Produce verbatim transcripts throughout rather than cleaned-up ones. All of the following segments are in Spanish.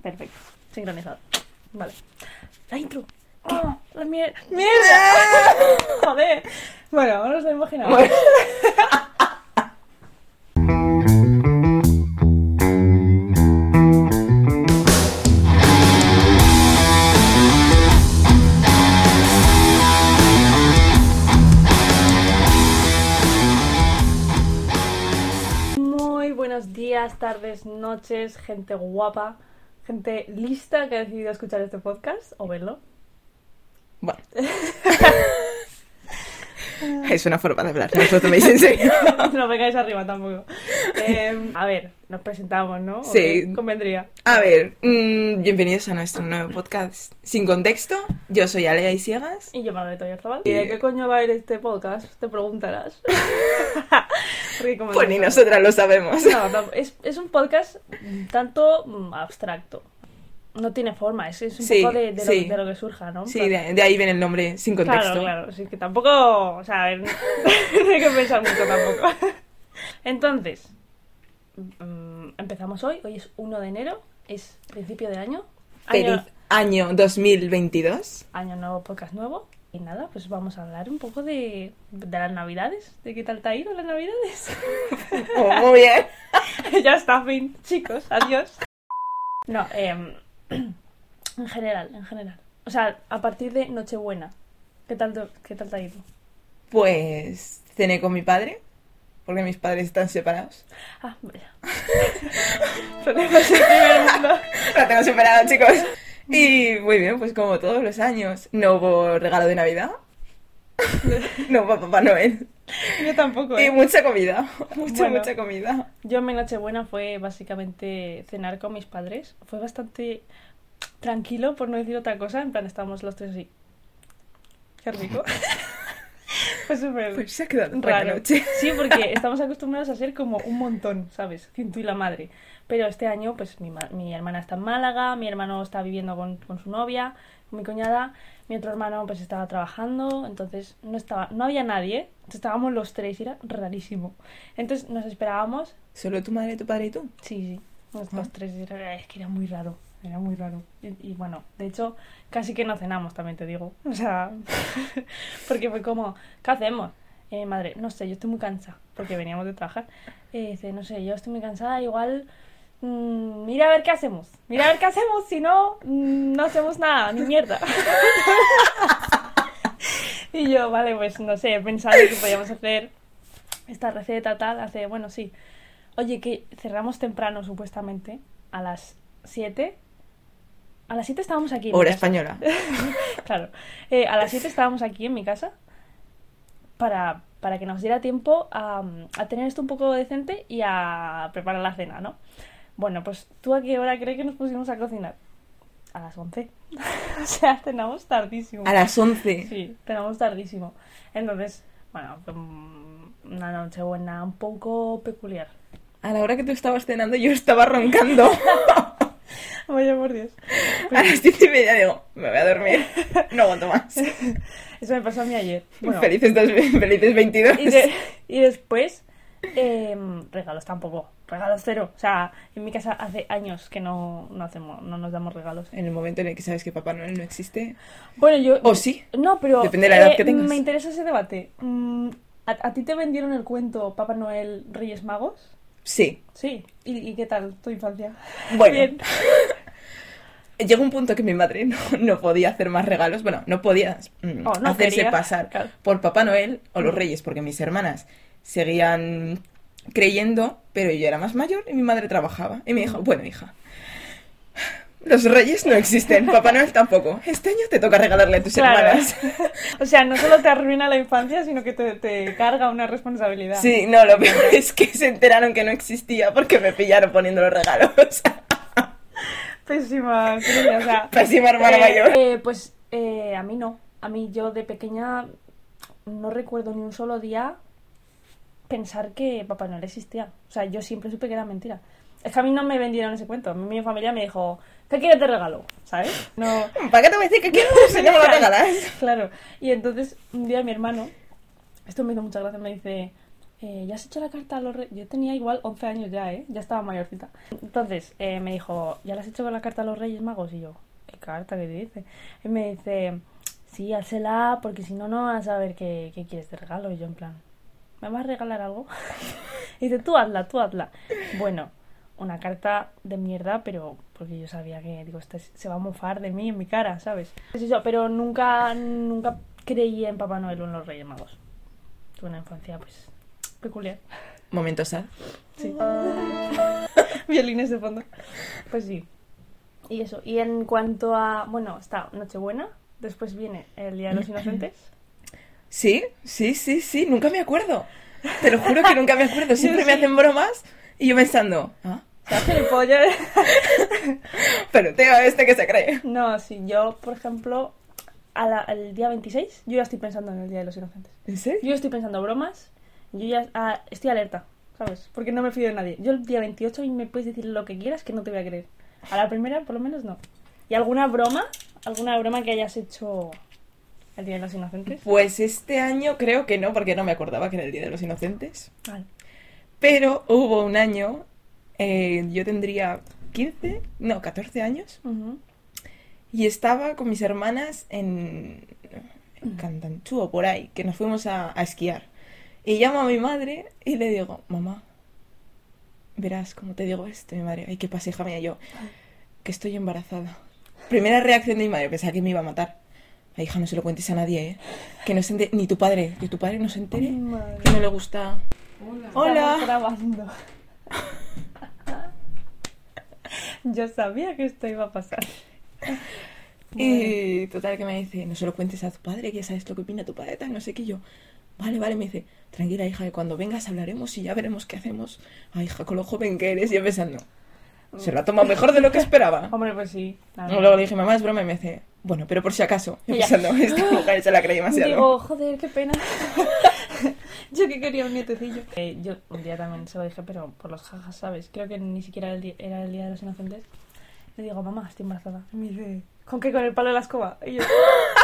Perfecto. Sincronizado. Vale. La intro. ¡Oh! La mier... ¡Mierda! Joder. Bueno, vamos a imaginar. Bueno. Muy buenos días, tardes, noches, gente guapa, gente lista que ha decidido escuchar este podcast o verlo. Bueno. Es una forma de hablar, no os lo toméis en serio. No vengáis arriba tampoco. Eh, a ver, nos presentamos, ¿no? Sí. Convendría. A ver, mmm, bienvenidos a nuestro nuevo podcast Sin Contexto. Yo soy Alea Isiegas. Y yo, Margarita Oyarzabal. ¿Y de qué coño va a ir este podcast? Te preguntarás. Pues ni nosotras lo sabemos. No, no, es, es un podcast tanto mm, abstracto. No tiene forma, es, es un sí, poco de, de, sí. lo, de lo que surja, ¿no? Sí, de, de ahí viene el nombre Sin Contexto. Claro, claro, sí, que tampoco, o sea, a ver, no hay que pensar mucho tampoco. Entonces, um, empezamos hoy, hoy es primero de enero, es principio de año. Feliz año, año dos mil veintidós. Año nuevo, podcast nuevo. Y nada, pues vamos a hablar un poco de, de las navidades, de qué tal te ha ido las navidades. Oh, muy bien. Ya está, fin, chicos, adiós. No, eh... En general, en general. O sea, a partir de Nochebuena, ¿qué tal te, qué tal te ha ido? Pues cené con mi padre, porque mis padres están separados. Ah, vaya. Problemas en primer mundo. Lo tengo superado, chicos. Y muy bien, pues como todos los años. No hubo regalo de Navidad. No hubo Papá Noel. Yo tampoco, ¿eh? Y mucha comida. Mucha, bueno, mucha comida. Yo mi Nochebuena fue básicamente cenar con mis padres. Fue bastante tranquilo, por no decir otra cosa. En plan, estábamos los tres así. Qué rico. Fue súper Pues se ha quedado raro. buena noche. Sí, porque estamos acostumbrados a ser como un montón, ¿sabes? Tú y la madre. Pero este año, pues mi, mi hermana está en Málaga, mi hermano está viviendo con, con su novia, con mi cuñada, mi otro hermano pues estaba trabajando, entonces no estaba, no había nadie, entonces estábamos los tres y era rarísimo. Entonces nos esperábamos. ¿Solo tu madre, tu padre y tú? Sí, sí, los, ¿Ah? los tres, era, es que era muy raro. Era muy raro. Y, y bueno, de hecho, casi que no cenamos, también te digo. O sea, porque fue como, ¿qué hacemos? Y mi madre, no sé, yo estoy muy cansada, porque veníamos de trabajar. Y dice, no sé, yo estoy muy cansada, igual, mmm, mira a ver qué hacemos. Mira a ver qué hacemos, si no, mmm, no hacemos nada, ni mierda. Y yo, vale, pues no sé, he pensado que podíamos hacer esta receta, tal, hace, bueno, sí. Oye, que cerramos temprano, supuestamente, a las siete. A las siete estábamos aquí en Hora mi casa. española. Claro. Eh, a las siete estábamos aquí en mi casa para, para que nos diera tiempo a, a tener esto un poco decente y a preparar la cena, ¿no? Bueno, pues ¿tú a qué hora crees que nos pusimos a cocinar? A las once. O sea, cenamos tardísimo. A las once. Sí, cenamos tardísimo. Entonces, bueno, una noche buena un poco peculiar. A la hora que tú estabas cenando yo estaba roncando. Vaya por Dios. A las diez y media digo, me voy a dormir. No aguanto más. Eso me pasó a mí ayer. Bueno, felices, dos, felices veintidós. Y, de, y después, eh, regalos tampoco. Regalos cero. O sea, en mi casa hace años que no, no hacemos, no nos damos regalos. En el momento en el que sabes que Papá Noel no existe. Bueno, yo... ¿O sí? No, pero... Depende de la edad eh, que tengas. Me interesa ese debate. ¿A, ¿A ti te vendieron el cuento Papá Noel, Reyes Magos? Sí. Sí. ¿Y, y qué tal tu infancia? Bueno. Bien. Llegó un punto que mi madre no, no podía hacer más regalos. Bueno, no podía mm, oh, no hacerse quería. pasar Claro. por Papá Noel o los Reyes, porque mis hermanas seguían creyendo, pero yo era más mayor y mi madre trabajaba. Y me dijo, bueno, hija, los Reyes no existen, Papá Noel tampoco. Este año te toca regalarle a tus Claro. hermanas. O sea, no solo te arruina la infancia, sino que te, te carga una responsabilidad. Sí, no, lo peor es que se enteraron que no existía porque me pillaron poniendo los regalos. Pésima, cría, o sea, Pésima hermana eh, mayor. Eh, pues eh, a mí no. A mí yo de pequeña no recuerdo ni un solo día pensar que Papá Noel existía. O sea, yo siempre supe que era mentira. Es que a mí no me vendieron ese cuento. A mí mi familia me dijo, ¿qué quieres de regalo? ¿Sabes? No. ¿Para qué te voy a decir que quiero? Si no me lo regalas. Claro. Y entonces un día mi hermano, esto me hizo mucha gracia, me dice, eh, ¿ya has hecho la carta a los reyes? Yo tenía igual once años ya, ¿eh? Ya estaba mayorcita. Entonces eh, me dijo, ¿ya le has hecho la carta a los reyes magos? Y yo, ¿qué carta? ¿Qué te dice? Y me dice, sí, házela, porque si no, no vas a saber qué, qué quieres de regalo. Y yo en plan, ¿me vas a regalar algo? Y dice, tú hazla, tú hazla. Bueno, una carta de mierda, pero porque yo sabía que, digo, este se va a mofar de mí en mi cara, ¿sabes? Pues eso, pero nunca, nunca creí en Papá Noel o en los Reyes Magos. Tuve una infancia, pues, peculiar. Momento sad. Sí. Violines de fondo. Pues sí. Y eso. Y en cuanto a... Bueno, está Nochebuena. Después viene el Día de los Inocentes. Sí, sí, sí, sí. Nunca me acuerdo. Te lo juro que nunca me acuerdo. Siempre me hacen bromas y yo pensando... ¿Ah? ¿Se hace el pollo? Pero tío, este que se cree. No, sí. Yo, por ejemplo, a la- al día veintiséis, yo ya estoy pensando en el Día de los Inocentes. ¿En serio? Yo estoy pensando bromas. Yo ya ah, estoy alerta, ¿sabes? Porque no me fío de nadie. Yo el día veintiocho y me puedes decir lo que quieras que no te voy a creer. A la primera, por lo menos, no. ¿Y alguna broma? ¿Alguna broma que hayas hecho el Día de los Inocentes? Pues este año creo que no, porque no me acordaba que era el Día de los Inocentes. Vale. Pero hubo un año, eh, yo tendría quince, no, catorce años, Uh-huh. y estaba con mis hermanas en, en Candanchú o por ahí, que nos fuimos a, a esquiar. Y llamo a mi madre y le digo, mamá, verás cómo te digo esto. Y mi madre, ay, qué pasa, hija mía, y yo, que estoy embarazada. Primera reacción de mi madre, pensaba que me iba a matar. Ay, hija, no se lo cuentes a nadie, ¿eh? Que no se entere, ni tu padre, que tu padre no se entere, Ay, madre. que no le gusta. Estamos Hola. grabando. Yo sabía que esto iba a pasar. Y total que me dice, no se lo cuentes a tu padre, que ya sabes lo que opina tu padre, tal, no sé qué. Y yo, vale, vale, me dice, tranquila, hija, que cuando vengas hablaremos y ya veremos qué hacemos. Ay, hija, con lo joven que eres. Y yo pensando, se lo ha tomado mejor de lo que esperaba. Hombre, pues sí. la Luego verdad. le dije, mamá, es broma, y me dice, bueno, pero por si acaso. Y yo Ya. pensando, esta mujer se la cree demasiado. Digo, joder, qué pena. Yo que quería un nietecillo. Eh, yo un día también se lo dije, pero por los jajas, ¿sabes? Creo que ni siquiera era el día, era el día de los Inocentes. Le digo, mamá, estoy embarazada. Y me dice, ¿con qué? ¿Con el palo de la escoba? Y yo,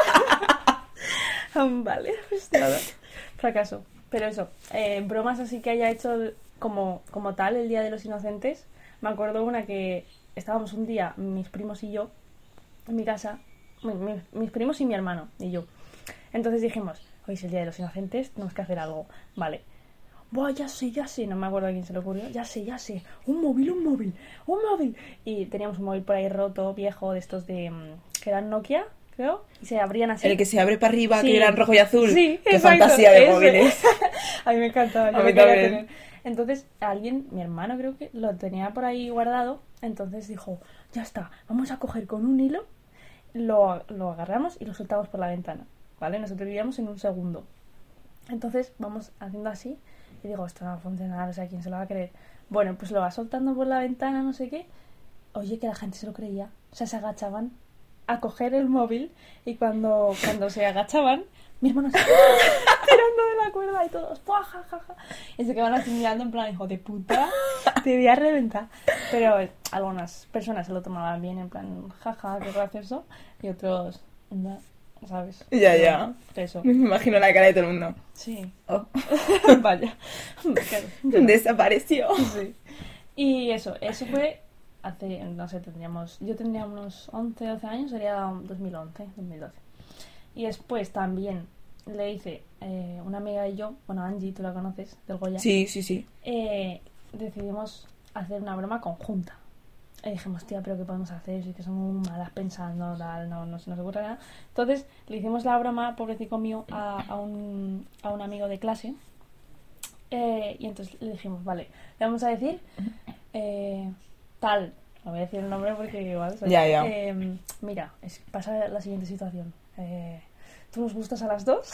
"Um, vale, pues nada. Fracaso. Pero eso, eh, bromas así que haya hecho como, como tal el Día de los Inocentes. Me acuerdo una que estábamos un día, mis primos y yo, en mi casa, mi- mi- mis primos y mi hermano y yo. Entonces dijimos, hoy es el Día de los Inocentes, tenemos que hacer algo. Vale. Buah, ya sé, ya sé, no me acuerdo a quién se le ocurrió. Ya sé, ya sé. Un móvil, un móvil, un móvil. Y teníamos un móvil por ahí roto, viejo, de estos de... mm, que eran Nokia, creo. Y se abrían así. El que se abre para arriba, Sí. que era en rojo y azul. Sí, Qué exacto, fantasía de ese. móviles. A mí me encantaba, yo A lo mí quería también. tener. Entonces, alguien, mi hermano creo que lo tenía por ahí guardado. Entonces dijo, ya está, vamos a coger con un hilo, lo, lo agarramos y lo soltamos por la ventana. ¿Vale? Nosotros vivíamos en un segundo. Entonces vamos haciendo así y digo, esto no va a funcionar, o sea, ¿quién se lo va a creer? Bueno, pues lo va soltando por la ventana, no sé qué. Oye, que la gente se lo creía. O sea, se agachaban a coger el móvil y cuando, cuando se agachaban, mi hermano se tirando de la cuerda y todos, ¡pua, ja, ja, ja! Y se quedaban así mirando en plan, hijo de puta, te voy a reventar. Pero eh, algunas personas se lo tomaban bien, en plan, jaja, qué gracioso, y otros, no, ¿sabes? Ya, ya. Eso. Me imagino la cara de todo el mundo. Sí. Oh. Vaya. Claro, yo no. Desapareció. Sí. Y eso, eso fue hace, no sé, tendríamos, yo tendría unos once, doce años, sería dos mil once, dos mil doce. Y después también le hice eh, una amiga y yo, bueno, Angie, tú la conoces, del Goya, Sí, sí, sí. eh, decidimos hacer una broma conjunta. Y dijimos, tía, pero ¿qué podemos hacer? Si que somos muy malas pensando, tal, no, no se nos ocurre nada. Entonces le hicimos la broma, pobrecito mío, a, a, un, a un amigo de clase. Eh, y entonces le dijimos, vale, le vamos a decir eh, tal, no voy a decir el nombre porque igual ¿sabes? Ya, ya. Eh, mira, es, pasa la siguiente situación. Eh, tú nos gustas a las dos.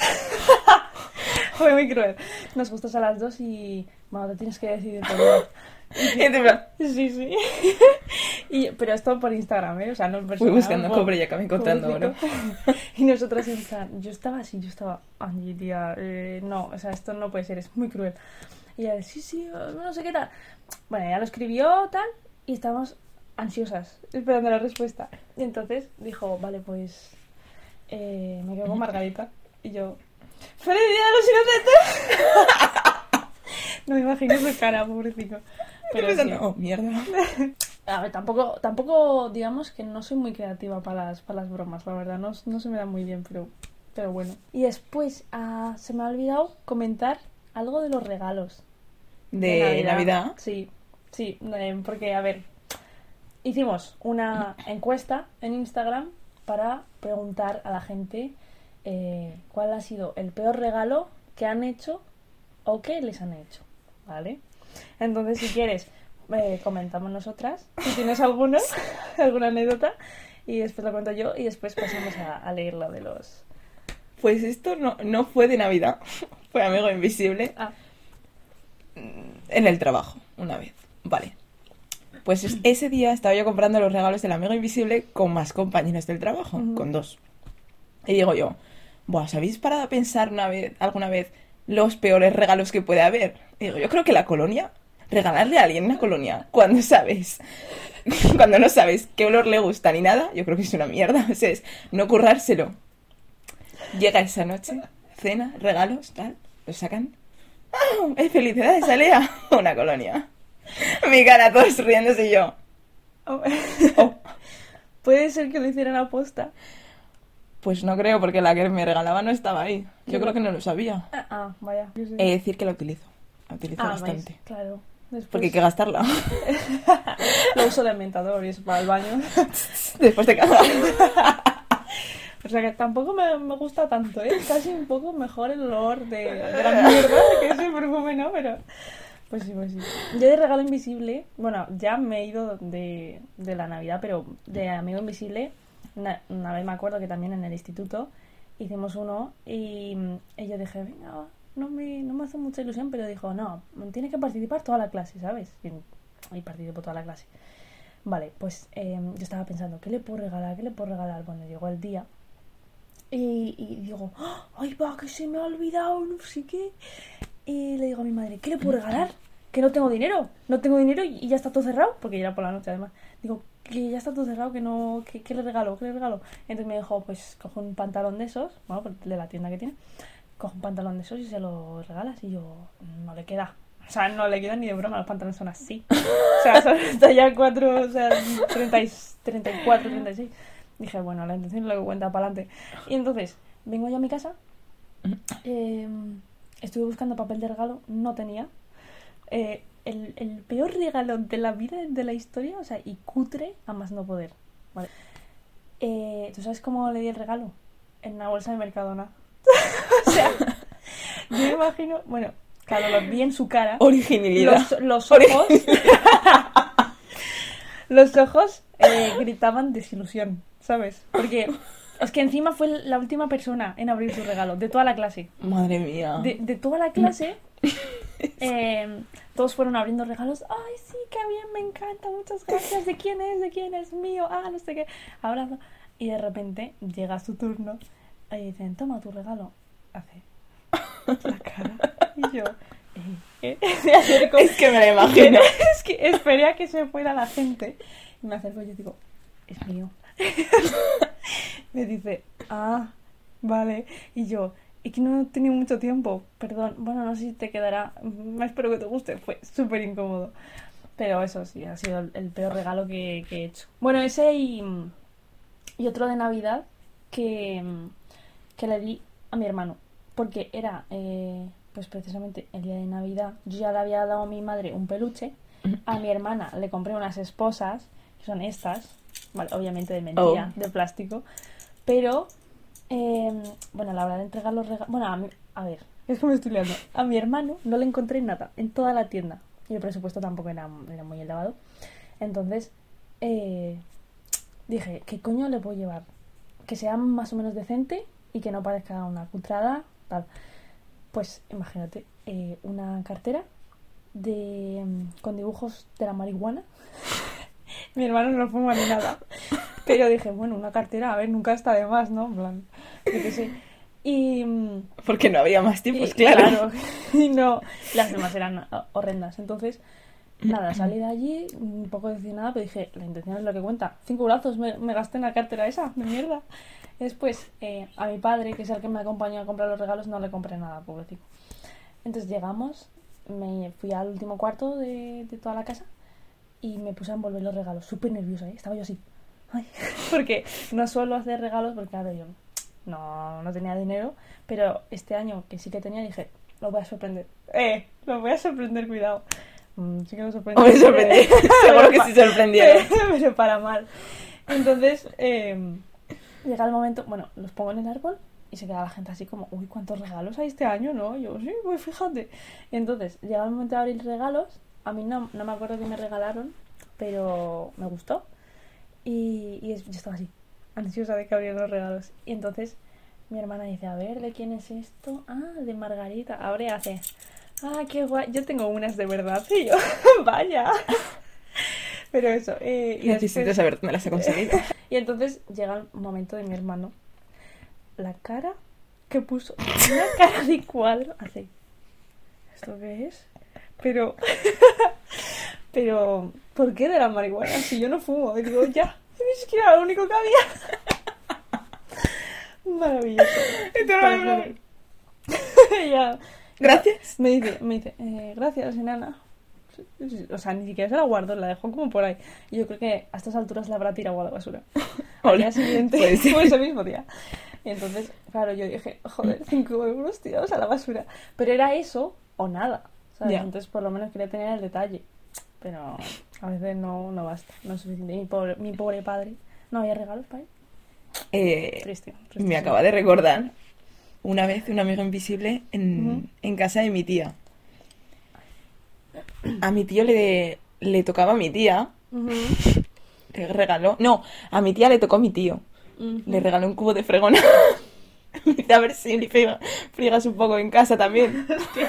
Fue muy cruel. Nos gustas a las dos y bueno, te tienes que decidir por uno. Y te va- Sí, sí. Y, pero esto por Instagram, ¿eh? O sea, no en Fui persona. buscando por- cobre y acabé encontrando oro. pobrecito. Y nosotros en plan, yo estaba así, yo estaba, Angie, tía, eh, no, o sea, esto no puede ser, es muy cruel. Y ella, sí, sí, no sé qué tal. Bueno, ella lo escribió, tal, y estábamos ansiosas, esperando la respuesta. Y entonces dijo, vale, pues eh, me quedo con Margarita. Y yo, ¡feliz día de los inocentes! No me imagino su cara, pobrecito. Pero Pero sí. no, mierda. A ver, tampoco, tampoco, digamos que no soy muy creativa para las, para las bromas, la verdad. No, no se me da muy bien, pero, pero bueno. Y después, ah, se me ha olvidado comentar algo de los regalos. ¿De Navidad? Sí, sí, eh, porque, a ver, hicimos una encuesta en Instagram para preguntar a la gente eh, cuál ha sido el peor regalo que han hecho o que les han hecho, ¿vale? Entonces, si quieres, eh, comentamos nosotras, si tienes alguna, alguna anécdota, y después lo cuento yo, y después pasamos a, a leer lo de los... Pues esto no, no fue de Navidad, fue Amigo Invisible. Ah, En el trabajo, una vez. Vale. Pues es- ese día estaba yo comprando los regalos del Amigo Invisible con más compañeros del trabajo, Ujú. con dos. Y digo yo, buah, ¿os habéis parado a pensar una vez, alguna vez los peores regalos que puede haber? Y digo, yo creo que la colonia, regalarle a alguien una colonia cuando sabes, cuando no sabes qué olor le gusta ni nada, yo creo que es una mierda. O sea, es no currárselo. Llega esa noche, cena, regalos, tal, los sacan. ¡Ah! ¡Es felicidades, Alea! Una colonia. Mi cara, todos riéndose y yo. oh. Oh, Puede ser que lo hicieran a posta. pues no creo, porque la que me regalaba no estaba ahí. Yo creo que no lo sabía. Ah, ah, vaya. Yo sé. He de decir que la utilizo. La utilizo ah, bastante. vais, claro. Después Porque hay que gastarla. lo uso de ambientador y eso para el baño. Después de cagar. O sea que tampoco me, me gusta tanto, ¿eh? Casi un poco mejor el olor de, de la mierda que ese perfume, ¿no? Pero... Pues sí, pues sí. Yo de regalo invisible... Bueno, ya me he ido de, de la Navidad, pero de Amigo Invisible... Una, una vez me acuerdo que también en el instituto hicimos uno y, y yo dije, venga, no me, no me hace mucha ilusión, pero dijo, no, tiene que participar toda la clase, ¿sabes? Y, y participó toda la clase. Vale, pues eh, yo estaba pensando, ¿qué le puedo regalar? ¿Qué le puedo regalar? Bueno, llegó el día y, y digo, ¡ah! ¡Ay, va, que se me ha olvidado! No sé qué. Y le digo a mi madre, ¿qué le puedo regalar? Que no tengo dinero, no tengo dinero y, y ya está todo cerrado, porque ya era por la noche además. Digo, que ya está todo cerrado, que no, que, ¿qué le regalo? ¿Qué le regalo? Entonces me dijo, pues coge un pantalón de esos, bueno, pues, de la tienda que tiene, coge un pantalón de esos y se lo regalas. Y yo, no le queda. O sea, no le queda ni de broma, los pantalones son así. O sea, son talla cuatro, o sea, treinta y, treinta y cuatro, treinta y seis. Dije, bueno, la intención es lo que cuenta para adelante. Y entonces, vengo yo a mi casa, eh, estuve buscando papel de regalo, no tenía. Eh, el, el peor regalo de la vida, de la historia, o sea, y cutre a más no poder. Vale. Eh, ¿Tú sabes cómo le di el regalo? En una bolsa de Mercadona. O sea, yo me imagino, bueno, claro, lo vi en su cara. Originalidad. Los, los ojos. Los ojos eh, gritaban desilusión, ¿sabes? Porque es que encima fue la última persona en abrir su regalo, de toda la clase. Madre mía. De, de toda la clase, eh, todos fueron abriendo regalos. ¡Ay, sí, qué bien, me encanta! Muchas gracias. ¿De quién es? ¿De quién es? Mío. Ah, no sé qué. Abrazo. Y de repente llega su turno y dicen, toma tu regalo. Hace la cara. Y yo... Eh, eh, me acerco. Es que me la imagino. Es que esperé a que se fuera la gente. Y me acerco y yo digo, es mío. Me dice, ah, vale. Y yo, y que no he tenido mucho tiempo. Perdón, bueno, no sé si te quedará. Espero que te guste. Fue súper incómodo. Pero eso sí, ha sido el, el peor regalo que, que he hecho. Bueno, ese y, y otro de Navidad que, que le di a mi hermano. Porque era... Eh, pues precisamente el día de Navidad yo ya le había dado a mi madre un peluche, a mi hermana le compré unas esposas, que son estas, vale, obviamente de mentira, oh. de plástico, pero eh, bueno, a la hora de entregar los regalos, bueno, a, mi, a ver, es que me estoy liando, a mi hermano no le encontré nada en toda la tienda y el presupuesto tampoco era, era muy elevado, entonces eh, dije, ¿qué coño le puedo llevar? Que sea más o menos decente y que no parezca una cutrada, tal. Pues imagínate, eh, una cartera de con dibujos de la marihuana. Mi hermano no fuma ni nada. Pero dije, bueno, una cartera, a ver, nunca está de más, ¿no? En plan, yo qué sé. Y... Porque no había más tipos, y, claro. Claro, y no, las demás eran horrendas. Entonces, nada, salí de allí, un poco decepcionada, pero dije, la intención es lo que cuenta. Cinco brazos me, me gasté en la cartera esa, de mierda. Después, eh, a mi padre, que es el que me acompañó a comprar los regalos, no le compré nada, pobrecito. Entonces llegamos me fui al último cuarto de, de toda la casa y me puse a envolver los regalos. Súper nerviosa, ¿eh? Estaba yo así. Ay, porque no suelo hacer regalos porque, claro, yo no, no tenía dinero, pero este año que sí que tenía dije, lo voy a sorprender. Eh, lo voy a sorprender, cuidado. Mm, sí que lo sorprendí. Hombre, sorprendí. Seguro que sí sorprendieron. Pero para mal. Entonces, eh, llega el momento, bueno, los pongo en el árbol y se queda la gente así como, uy, ¿cuántos regalos hay este año? ¿No? Y yo, sí, pues fíjate. Y entonces, llega el momento de abrir regalos. A mí no, no me acuerdo qué me regalaron, pero me gustó. Y, y es, yo estaba así, ansiosa de que abrieran los regalos. Y entonces mi hermana dice, a ver, ¿de quién es esto? Ah, de Margarita. Abre y hace, ah, qué guay. Yo tengo unas de verdad. Y yo, vaya. Pero eso. Eh, y Necesito después, saber dónde las he conseguido. Y entonces llega el momento de mi hermano. La cara que puso, una cara de cuadro. Hace, ¿esto qué es? Pero, pero, ¿por qué de la marihuana? Si yo no fumo. Y digo, ya, es que era lo único que había. Maravilloso. Y tú no me Ya. Gracias. Me dice, me dice, eh, gracias, enana. O sea, ni siquiera se la guardo, la dejó como por ahí. Y yo creo que a estas alturas la habrá tirado a la basura. Al día siguiente, Puede ser. fue ese mismo día. Y entonces, claro, yo dije, joder, cinco euros tirados a la basura. Pero era eso o nada, ¿sabes? Ya. Entonces, por lo menos quería tener el detalle. Pero a veces no, no basta, no es suficiente. Mi pobre, mi pobre padre, no había regalos para él. Eh, Triste, triste. me sí. acaba de recordar una vez un amigo invisible en, Ujú. en casa de mi tía. A mi tío le, le tocaba a mi tía, Ujú, le regaló... No, a mi tía le tocó a mi tío. ujú. Le regaló un cubo de fregona. Me dice, a ver si le friega- friegas un poco en casa también.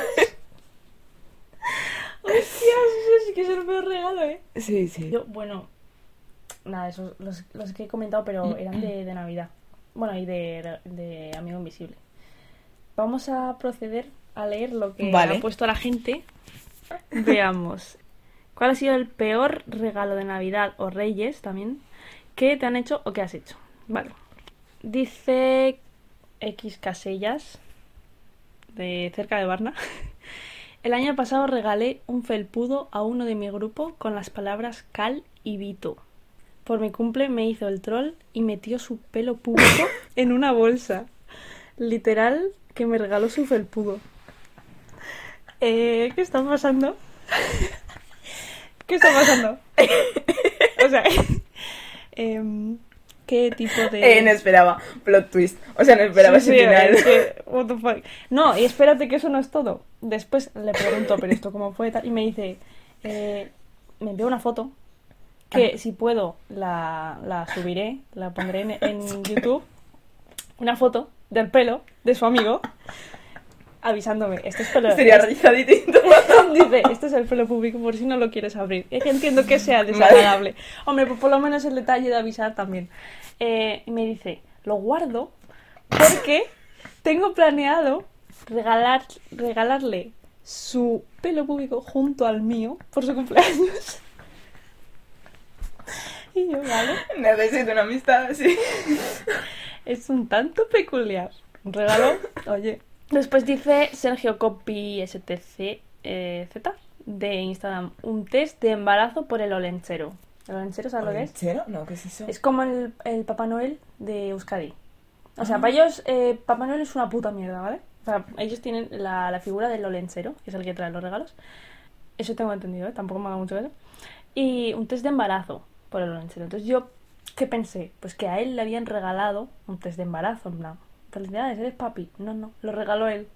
Hostias, eso sí que es el peor regalo, ¿eh? Sí, sí. Yo, bueno, nada, esos los, los que he comentado, pero eran de, de Navidad. Bueno, y de, de Amigo Invisible. Vamos a proceder a leer lo que Vale. ha puesto la gente. Veamos. ¿Cuál ha sido el peor regalo de Navidad o Reyes también que te han hecho o que has hecho? Vale. Dice X Casellas, de cerca de Varna. El año pasado regalé un felpudo a uno de mi grupo con las palabras Cal y Vito. Por mi cumple me hizo el troll y metió su pelo público en una bolsa. Literal que me regaló su felpudo. Eh, ¿qué está pasando? ¿Qué está pasando? O sea, em, ¿qué tipo de...? Eh, no esperaba plot twist. O sea, no esperaba Sí, ese sí, final. es que, what the fuck. No, y espérate que eso no es todo. Después le pregunto, pero esto cómo fue tal, y me dice, eh, me envió una foto que Ah. si puedo la, la subiré, la pondré en, en YouTube, una foto del pelo de su amigo avisándome, este es pelo. Sería este- rizadito y todo. Dice, este es el pelo público por si no lo quieres abrir. Es que entiendo que sea desagradable. Hombre, pues por lo menos el detalle de avisar también. Eh, y me dice, lo guardo porque tengo planeado regalar, regalarle su pelo público junto al mío por su cumpleaños. Y yo, vale, Necesito una amistad así. es un tanto peculiar. Un regalo, oye. Después dice Sergio Copy S T C eh, Z de Instagram, un test de embarazo por el olenchero. ¿El olenchero sabes lo que es? ¿Olenchero? No, ¿qué es eso? Es como el, el Papá Noel de Euskadi. O sea, Ah. para ellos eh, Papá Noel es una puta mierda, ¿vale? O sea, ellos tienen la, la figura del olenchero, que es el que trae los regalos. Eso tengo entendido, ¿eh? Tampoco me haga mucho caso. Y un test de embarazo por el olenchero. Entonces yo, ¿qué pensé? Pues que a él le habían regalado un test de embarazo, en plan, felicidades, eres papi. No, no, lo regaló él.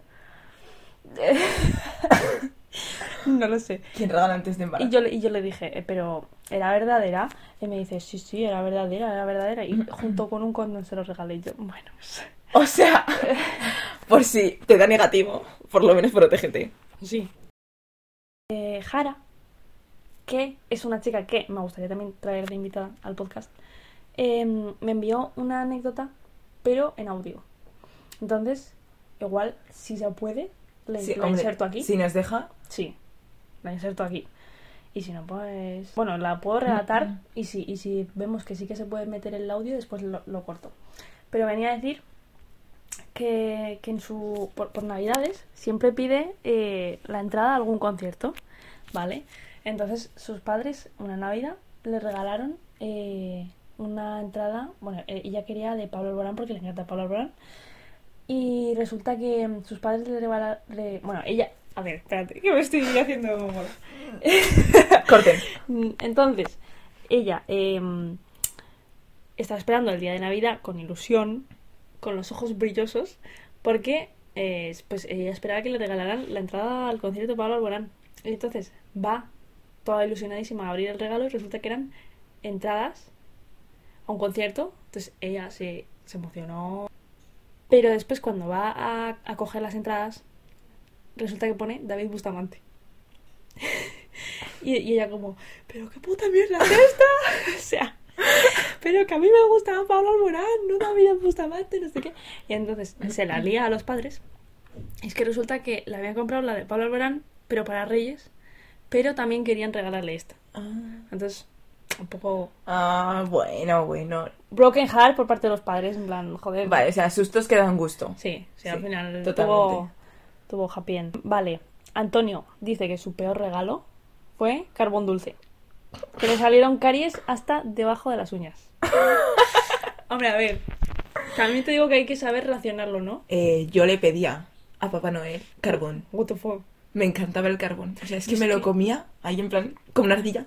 No lo sé. ¿Quién regala antes de embarazo? Y yo, le- y yo le dije, "Eh, pero ¿era verdadera?" Y me dice, sí, sí, era verdadera, era verdadera. Y junto con un condón se lo regalé. Y yo, bueno, pues, O sea, por si te da negativo, por lo menos protégete. sí. Eh, Jara, que es una chica que me gustaría también traer de invitada al podcast, eh, me envió una anécdota, pero en audio. Entonces, igual, si se puede, la, Sí, la hombre, inserto aquí. Si nos deja, Sí, la inserto aquí. Y si no, pues... Bueno, la puedo relatar y si, y si vemos que sí que se puede meter el audio, después lo, lo corto. Pero venía a decir que, que en su por, por Navidades siempre pide eh, la entrada a algún concierto, ¿vale? Entonces sus padres una Navidad le regalaron eh, una entrada, bueno, eh, ella quería de Pablo Alborán porque le encanta Pablo Alborán, y resulta que sus padres le regalaron, bueno, ella, a ver, espérate, que me estoy haciendo... Corten. Entonces, ella eh, estaba esperando el día de Navidad con ilusión, con los ojos brillosos, porque eh, pues ella esperaba que le regalaran la entrada al concierto de Pablo Alborán. Y entonces va toda ilusionadísima a abrir el regalo y resulta que eran entradas a un concierto. Entonces ella se, se emocionó. Pero después cuando va a, a coger las entradas, resulta que pone David Bustamante. y, y ella como, pero qué puta mierda es esta. O sea, pero que a mí me gustaba Pablo Alborán, no David Bustamante, no sé qué. Y entonces se la lía a los padres. Es que resulta que le habían comprado la de Pablo Alborán, pero para Reyes, pero también querían regalarle esta. Ah. Entonces, un poco... Ah, bueno, bueno. broken heart por parte de los padres, en plan, joder. Vale, o sea, sustos que dan gusto. Sí, sí, Sí, al final totalmente. tuvo, tuvo happy end. Vale, Antonio dice que su peor regalo fue carbón dulce. Que le salieron caries hasta debajo de las uñas. Hombre, a ver, también te digo que hay que saber relacionarlo, ¿no? Eh, yo le pedía a Papá Noel carbón. What the fuck. Me encantaba el carbón. O sea, es que Es me lo que- comía ahí en plan, como una ardilla.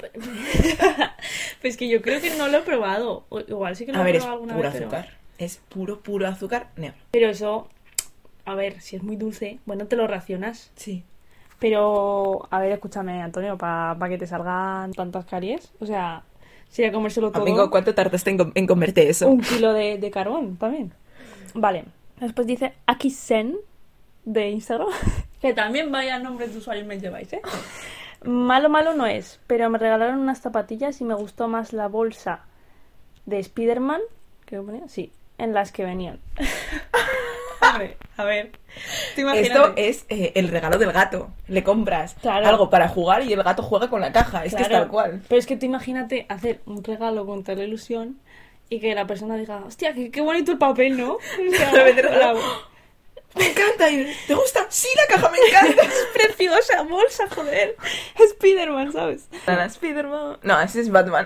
Pues que yo creo que no lo he probado. O igual sí que lo A he ver, es probado alguna puro vez, pero... azúcar. Es puro, puro azúcar negro. Pero eso, a ver, si es muy dulce, bueno, te lo racionas. Sí. Pero, a ver, escúchame, Antonio, para pa que te salgan tantas caries. O sea, sería comérselo todo. Amigo, ¿cuánto tardaste en, com- en comerte eso? Un kilo de, de carbón también. Vale. Después dice Akisen de Instagram. Que también vaya nombre de usuario me lleváis, ¿eh? Malo, malo no es, pero me regalaron unas zapatillas y me gustó más la bolsa de Spider-Man, creo que ponía, sí, en las que venían. Hombre, a ver, tú imagínate. Esto es eh, el regalo del gato. Le compras Claro. algo para jugar y el gato juega con la caja. Es que es Claro, tal cual. Pero es que tú imagínate hacer un regalo con tal ilusión y que la persona diga, hostia, qué, qué bonito el papel, ¿no? O sea, De repente, la- Me encanta. Y, ¿te gusta? Sí, la caja me encanta. es preciosa bolsa, joder. Spider-Man, ¿sabes? Nada, Spiderman. No, ese es Batman.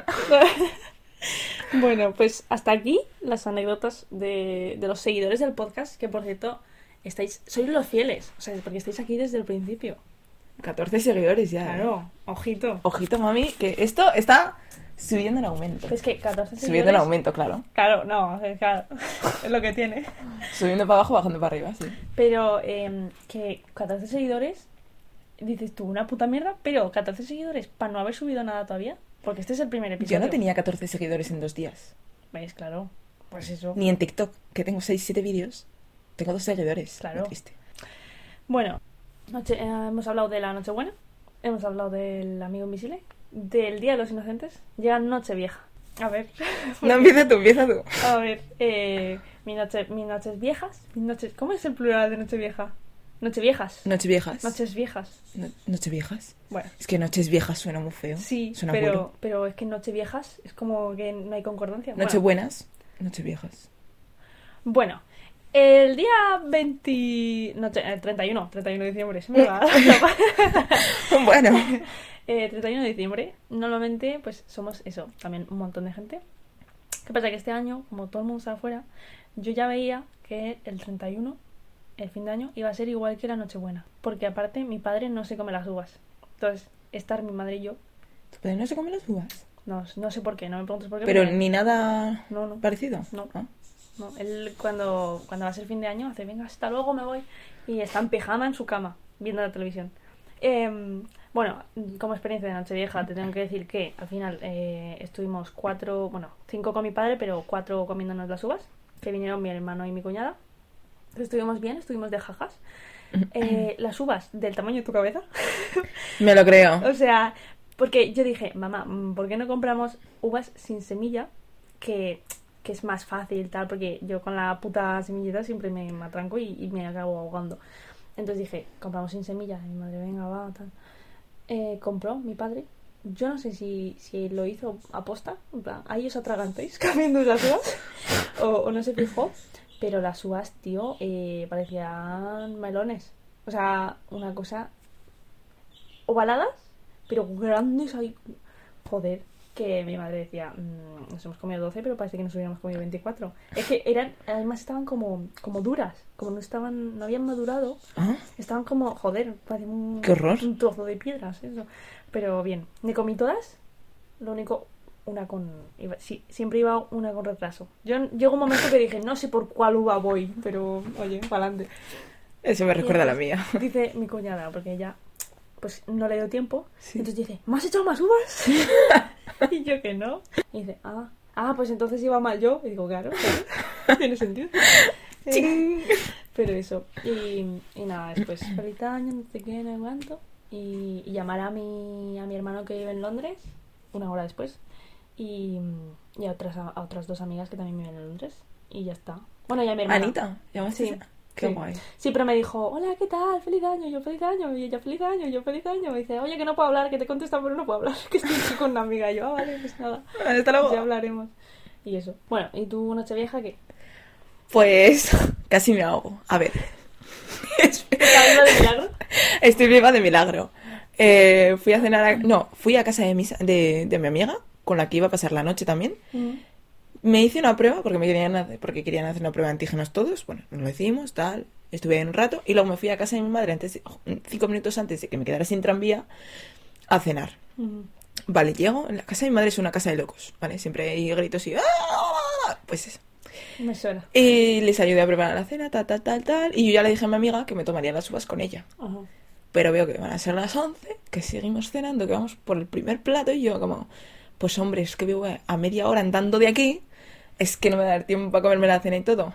Bueno, pues hasta aquí las anécdotas de, de los seguidores del podcast, que por cierto, estáis, sois los fieles, o sea, porque estáis aquí desde el principio. catorce seguidores ya. ¿eh? Claro, ojito. Ojito, mami, que esto está subiendo en aumento. Es que catorce Subiendo en seguidores... aumento, claro. Claro, no, es, claro, es lo que tiene. Subiendo para abajo, bajando para arriba, sí. Pero eh, que catorce seguidores, dices tú, una puta mierda, pero catorce seguidores para no haber subido nada todavía, porque este es el primer episodio. Yo no tenía catorce seguidores en dos días. ¿Veis? Claro, pues eso. Ni en TikTok, que tengo seis siete vídeos. Tengo dos seguidores. Claro. Muy triste. Bueno, noche, eh, hemos hablado de la Nochebuena, hemos hablado del amigo invisible, del Día de los Inocentes, llega Nochevieja. A ver, No, empieza tú, empieza tú. a ver, eh, mi noche, mis noches viejas, mis noches, ¿cómo es el plural de Nochevieja? Nocheviejas. Nocheviejas. Noches viejas. No- Nocheviejas. Bueno, Es que noches viejas suena muy feo. sí, Suena pero, abuelo. pero es que Nocheviejas es como que no hay concordancia. Bueno, Nochebuenas, nocheviejas. Bueno, el día veinte... No, eh, treinta y uno, treinta y uno de diciembre, se me va. Bueno. eh, treinta y uno de diciembre, normalmente pues somos eso, también un montón de gente. ¿Qué pasa? Que este año, como todo el mundo está afuera, yo ya veía que el treinta y uno, el fin de año, iba a ser igual que la Nochebuena. Porque aparte mi padre no se come las uvas. Entonces, estar mi madre y yo, ¿Tu padre no se come las uvas? no, no sé por qué, no me preguntes por qué. Pero porque- ni nada No, no. parecido. No. Ah. No, él cuando, cuando va a ser fin de año hace, venga, hasta luego, me voy. Y está en pijama en su cama, viendo la televisión. Eh, bueno, como experiencia de Nochevieja, te tengo que decir que al final eh, estuvimos cuatro, bueno, cinco con mi padre, pero cuatro comiéndonos las uvas, que vinieron mi hermano y mi cuñada. Estuvimos bien, estuvimos de jajas. Eh, las uvas del tamaño de tu cabeza. Me lo creo. O sea, porque yo dije, mamá, ¿por qué no compramos uvas sin semilla? Que, que es más fácil, tal, porque yo con la puta semillita siempre me, me atranco y, y me acabo ahogando. Entonces dije, compramos sin semilla. Y mi madre, venga, va, tal. Eh, compró mi padre. Yo no sé si, si lo hizo aposta, en plan, ahí os atragantéis comiendo las uvas, o, o no se fijó, Pero las uvas, tío, eh, parecían melones. O sea, una cosa ovaladas, pero grandes ahí. Joder, que mi madre decía, mmm, nos hemos comido doce, pero parece que nos hubiéramos comido veinticuatro. Es que eran, además estaban como, como duras, como no estaban, no habían madurado. ¿Ah? Estaban como, joder, parecía un, ¡Qué horror! un trozo de piedras, eso. Pero bien, me comí todas, lo único, una con, iba, sí, siempre iba una con retraso. Yo llegó un momento que dije, no sé por cuál uva voy, pero oye, para adelante. Eso me recuerda a la entonces, mía. Dice mi cuñada, porque ella pues no le dio tiempo. Sí. Entonces dice, ¿me has echado más uvas? Y yo que no. Y dice, ah, ah, pues entonces iba mal yo. Y digo, claro, claro. Tiene sentido. ¡Ching! Pero eso. Y, y nada, después, feliz año, no sé qué, no sé cuánto. Y, y llamar a mi, a mi hermano que vive en Londres, una hora después. Y, y a, otras, a otras dos amigas que también viven en Londres. Y ya está. Bueno, y a mi hermana. Anita, ¿llamaste? Sí. Qué Sí. guay. Sí, pero me dijo, hola, ¿qué tal? Feliz año, yo feliz año, y ella feliz año, y yo feliz año. Me dice, oye, que no puedo hablar, que te contestan, pero no puedo hablar, que estoy aquí con una amiga. Y yo, ah, vale, pues nada, Hasta luego. ya hablaremos. Y eso. Bueno, ¿y tu Nochevieja qué? Pues casi me ahogo. A ver. ¿Estás viva de milagro? Estoy viva de milagro. Eh, fui a cenar a... No, fui a casa de mi, de, de mi amiga, con la que iba a pasar la noche también. Mm. Me hice una prueba porque me querían hacer, porque querían hacer una prueba de antígenos todos. Bueno, nos lo hicimos, tal. Estuve ahí un rato y luego me fui a casa de mi madre antes de- cinco minutos antes de que me quedara sin tranvía a cenar. Mm. Vale, llego. En la casa de mi madre es una casa de locos, ¿vale? Siempre hay gritos y... ¡ah! Pues eso. Me suena. Y les ayudé a preparar la cena, tal, tal, tal, tal. Y yo ya le dije a mi amiga que me tomaría las uvas con ella. Ajá. Pero veo que van a ser las once, que seguimos cenando, que vamos por el primer plato. Y yo como, pues hombre, es que vivo a media hora andando de aquí. Es que no me va a dar tiempo para comerme la cena y todo.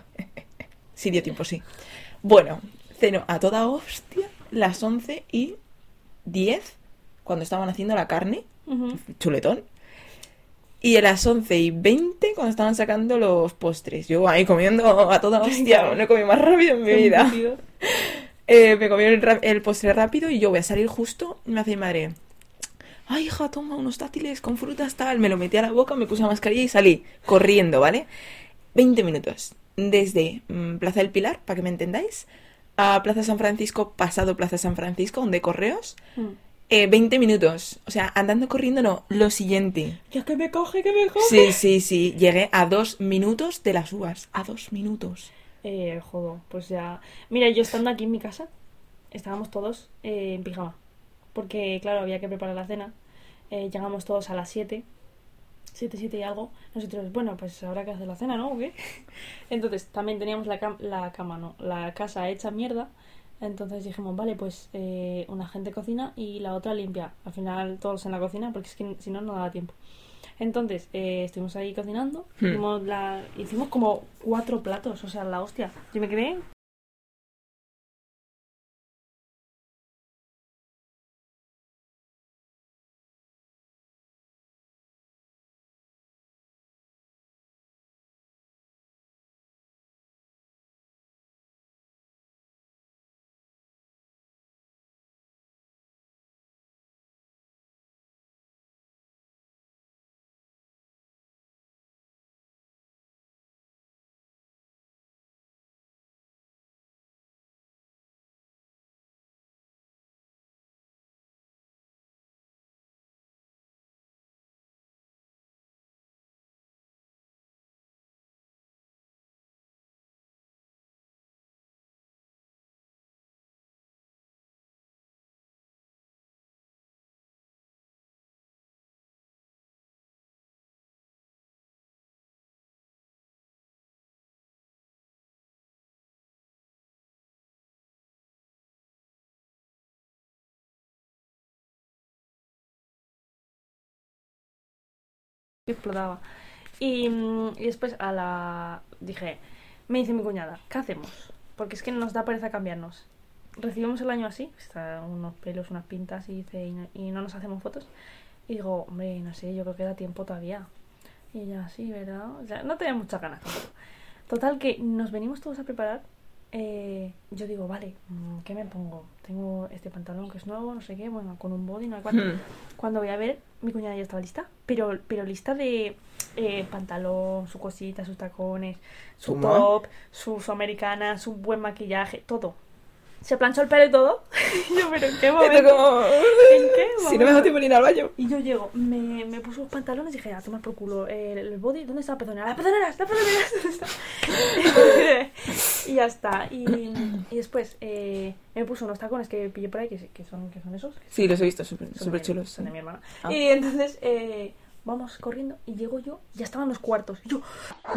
Sí dio tiempo, sí. Bueno, ceno a toda hostia las once y diez, cuando estaban haciendo la carne, Ujú. chuletón. Y a las once y veinte, cuando estaban sacando los postres. Yo ahí comiendo a toda hostia, no he comido más rápido en mi vida. Sentido. Eh, me comí el, ra- el postre rápido y yo voy a salir justo. Y me hace mi madre, ay, hija, toma unos dátiles con frutas, tal. Me lo metí a la boca, me puse la mascarilla y salí corriendo, ¿vale? veinte minutos. Desde mm, Plaza del Pilar, para que me entendáis, a Plaza San Francisco, pasado Plaza San Francisco, donde correos. Mm. Eh, veinte minutos. O sea, andando corriendo no, lo siguiente. Ya que me coge, que me coge. Sí, sí, sí. Llegué a dos minutos de las uvas. A dos minutos. Eh, jodo, pues ya... Mira, yo estando aquí en mi casa, estábamos todos eh, en pijama. Porque, claro, había que preparar la cena. Eh, llegamos todos a las siete. siete, siete y algo. Nosotros, bueno, pues habrá que hacer la cena, ¿no? ¿O qué? Entonces, también teníamos la, cam- la cama, ¿no? La casa hecha mierda. Entonces dijimos, vale, pues eh, una gente cocina y la otra limpia. Al final todos en la cocina, porque es que si no, no daba tiempo. Entonces, eh, estuvimos ahí cocinando. Hmm. Hicimos, la... hicimos como cuatro platos, o sea, la hostia. Yo me quedé... explotaba. Y, mm, y después a la... dije, me dice mi cuñada, ¿qué hacemos? Porque es que nos da pereza cambiarnos. Recibimos el año así, está unos pelos, unas pintas y dice, y no, y no nos hacemos fotos. Y digo, hombre, no sé, yo creo que da tiempo todavía. Y ella, sí, ¿verdad? O sea, no tenía muchas ganas tampoco. Total que nos venimos todos a preparar eh, yo digo, vale, ¿qué me pongo? Tengo este pantalón que es nuevo, no sé qué, bueno, con un body, no hay cuánto. Hmm. Cuando voy a ver, mi cuñada ya estaba lista, pero, pero lista de eh, pantalón, su cosita, sus tacones, su ¿Toma? top, su, su americana, su buen maquillaje, todo. Se planchó el pelo y todo. Y yo, pero ¿en qué Esto momento? como... ¿En qué Si no momento? me dejo tiempo ni ir al baño. Y yo llego, me, me puso los pantalones y dije, a tomar por culo. El, el body, ¿dónde está la pezonera? ¡La pezonera! ¡La pezonera! ¿Dónde está? Y ya está. Y, y después eh, me puso unos tacones que pillé por ahí, que, que, son, que son esos. Sí, los he visto, súper Son súper de- chulos. Son sí. de mi hermana. Ah. Y entonces eh, vamos corriendo y llego yo, ya estaban los cuartos. Y yo...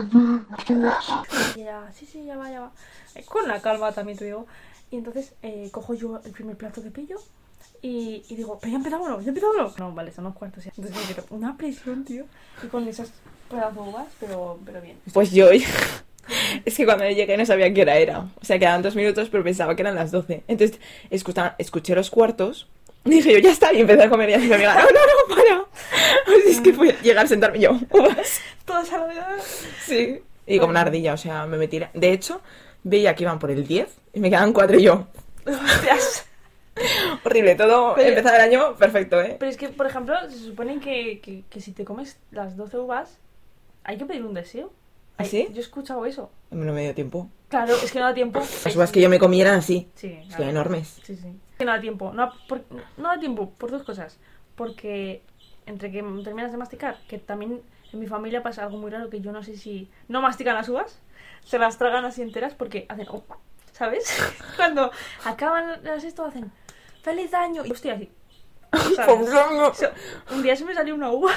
Y ella, sí, sí, ya va, ya va. Eh, Con la calma también te digo. Y entonces eh, cojo yo el primer plato que pillo y, y digo, pero ya empezamos, ya empezamos. No, vale, son los cuartos ya. Entonces me quedo una presión, tío. Y con esas pedazos de uvas, pero, pero bien. Pues yo... Es que cuando llegué no sabía qué hora era. O sea, quedaban dos minutos, pero pensaba que eran las doce. Entonces, escucha- escuché los cuartos. Y dije yo, ya está. Y empecé a comer y así mi amiga, no, no, no, para. O sea, es que fue llegar a sentarme yo. Uvas. Todas a la vez. Sí. Y como una ardilla, o sea, me metí... De hecho, veía que iban por el diez y me quedaban cuatro y yo. Hostias. Horrible, todo Pero- empezar el año perfecto, ¿eh? Pero es que, por ejemplo, se supone que, que, que si te comes las doce uvas, hay que pedir un deseo. ¿Ah, Hay- sí? Yo he escuchado eso. No me dio tiempo. Claro, es que no da tiempo. Las uvas que yo me comí eran así. Sí, Son claro. enormes. Sí, sí. Que no da tiempo. No, por- no da tiempo por dos cosas. Porque entre que terminas de masticar, que también en mi familia pasa algo muy raro, que yo no sé si no mastican las uvas, se las tragan así enteras porque hacen... oh, ¿sabes? Cuando acaban las esto hacen ¡Feliz año! Y hostia, así. ¿sabes? O sea, un día se me salió una uva.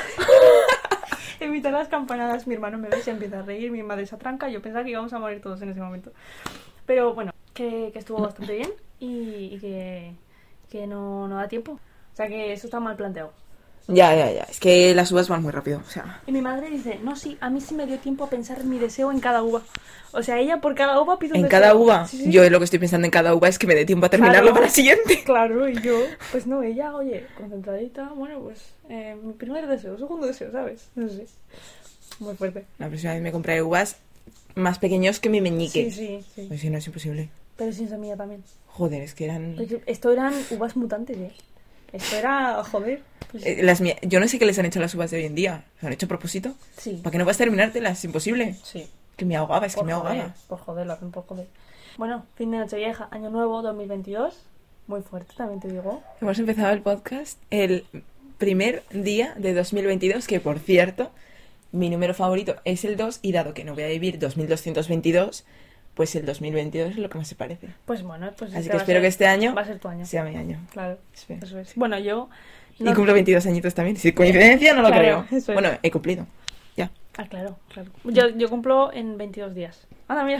En mitad de las campanadas mi hermano me ve y se empieza a reír, mi madre se atranca, yo pensaba que íbamos a morir todos en ese momento. Pero bueno, que, que estuvo bastante bien y, y que, que no, no da tiempo. O sea que eso está mal planteado. Ya, ya, ya. Es que las uvas van muy rápido, o sea... Y mi madre dice, no, sí, a mí sí me dio tiempo a pensar mi deseo en cada uva. O sea, ella por cada uva pide un En deseo. cada uva, Sí, sí. yo lo que estoy pensando en cada uva es que me dé tiempo a terminarlo Claro. para la siguiente. Claro, y yo, pues no, ella, oye, concentradita, bueno, pues eh, mi primer deseo, segundo deseo, ¿sabes? No sé. Muy fuerte. La próxima vez me compraré uvas más pequeños que mi meñique. Sí, sí, sí. Pues si no, es imposible. Pero sin semilla también. Joder, es que eran... Porque esto eran uvas mutantes, ¿eh? Esto era, joder. Pues, Eh, las mía- Yo no sé qué les han hecho a las uvas de hoy en día. ¿Se han hecho a propósito? sí, ¿Para qué no vas a terminártelas? Es imposible. sí. Que me ahogaba, es que Por me joder, ahogaba. por joder, lo hacen por joder. Bueno, fin de Nochevieja, año nuevo, dos mil veintidós. Muy fuerte, también te digo. Hemos empezado el podcast el primer día de dos mil veintidós, que por cierto, mi número favorito es el dos, y dado que no voy a vivir dos mil doscientos veintidós, pues el dos mil veintidós es lo que más se parece. Pues bueno, pues Así este que va a espero ser- que este año va a ser tu año. sea mi año. Claro, Espero. eso es. Bueno, yo... Y no- cumplo veintidós añitos también. Si coincidencia, no lo Claro, creo. eso es. Bueno, he cumplido. Ya. Ah, claro, claro. Yo, yo cumplo en veintidós días. Anda, mira.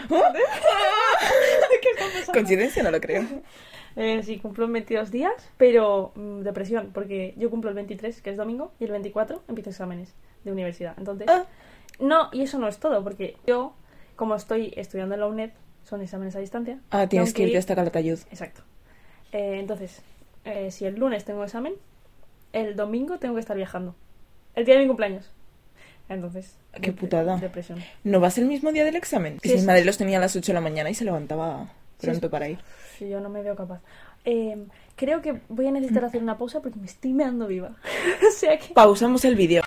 ¿Qué está pasando? Coincidencia, no lo creo. Eh, sí, cumplo en veintidós días, pero mm, depresión, porque yo cumplo el veintitrés, que es domingo, y el veinticuatro empiezo exámenes de universidad. Entonces, Ah. no, y eso no es todo, porque yo, como estoy estudiando en la UNED, son exámenes a distancia. Ah, tienes tengo que irte ir- hasta Calatayud. Exacto. Eh, entonces, eh, si el lunes tengo examen, el domingo tengo que estar viajando. El día de mi cumpleaños. Entonces, Qué dep- putada. Depresión. ¿No vas el mismo día del examen? Que Sí, si mi es- madre los tenía a las ocho de la mañana y se levantaba Sí, pronto es- para ir. Sí, yo no me veo capaz. Eh, creo que voy a necesitar hacer una pausa porque me estoy meando viva. O sea que... Pausamos el vídeo.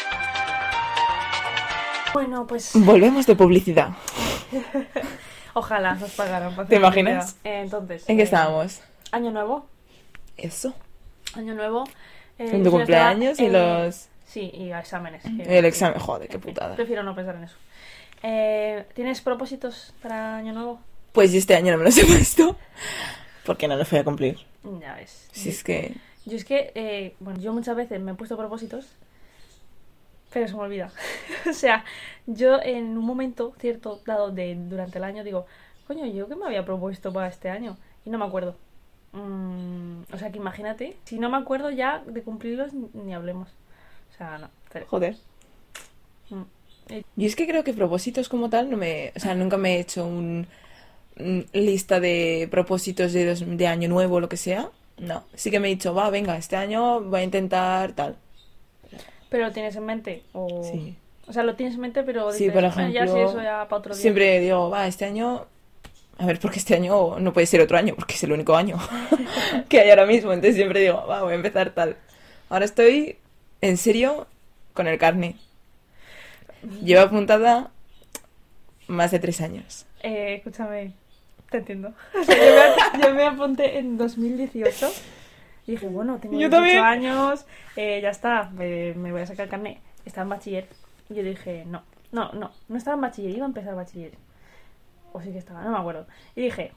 Bueno, pues Volvemos de publicidad. ojalá nos pagaran. para ¿Te hacer imaginas? publicidad. Eh, entonces, ¿En qué eh, estábamos? Año nuevo. Eso. Año nuevo. eh, En tu yo estaba, cumpleaños y eh, los... Sí, y a exámenes. que- El que- examen. Joder, qué en fin, putada. Prefiero no pensar en eso. Eh, ¿Tienes propósitos para año nuevo? Pues yo este año no me los he puesto. Porque no los voy a cumplir. Ya ves. Si es que... Yo es que, eh, bueno, yo muchas veces me he puesto propósitos, pero se me olvida. O sea, yo en un momento cierto dado de durante el año digo, coño, ¿yo qué me había propuesto para este año? Y no me acuerdo. Mm, o sea, que imagínate, si no me acuerdo ya de cumplirlos, ni, ni hablemos. O sea, no. Cero. Joder. Mm. Eh, Yo es que creo que propósitos como tal no me... O sea, nunca me he hecho un... un lista de propósitos de, dos- de año nuevo o lo que sea. No. Sí que me he dicho, va, venga, este año voy a intentar tal. ¿Pero lo tienes en mente? O... Sí. O sea, lo tienes en mente, pero Sí, dices, por "Bueno, ya sí, ejemplo, eso ya para otro día". Siempre digo, va, este año a ver, porque este año no puede ser otro año, porque es el único año que hay ahora mismo. Entonces siempre digo, va, voy a empezar tal. Ahora estoy, en serio, con el carnet. Llevo apuntada más de tres años. Eh, escúchame, te entiendo. O sea, yo, me, yo me apunté en dos mil dieciocho y dije, bueno, tengo Yo dieciocho también. años, eh, ya está, me, me voy a sacar el carnet. Estaba en bachiller y yo dije, no, no, no, no estaba en bachiller, iba a empezar bachiller. O sí que estaba, no me acuerdo. Y dije,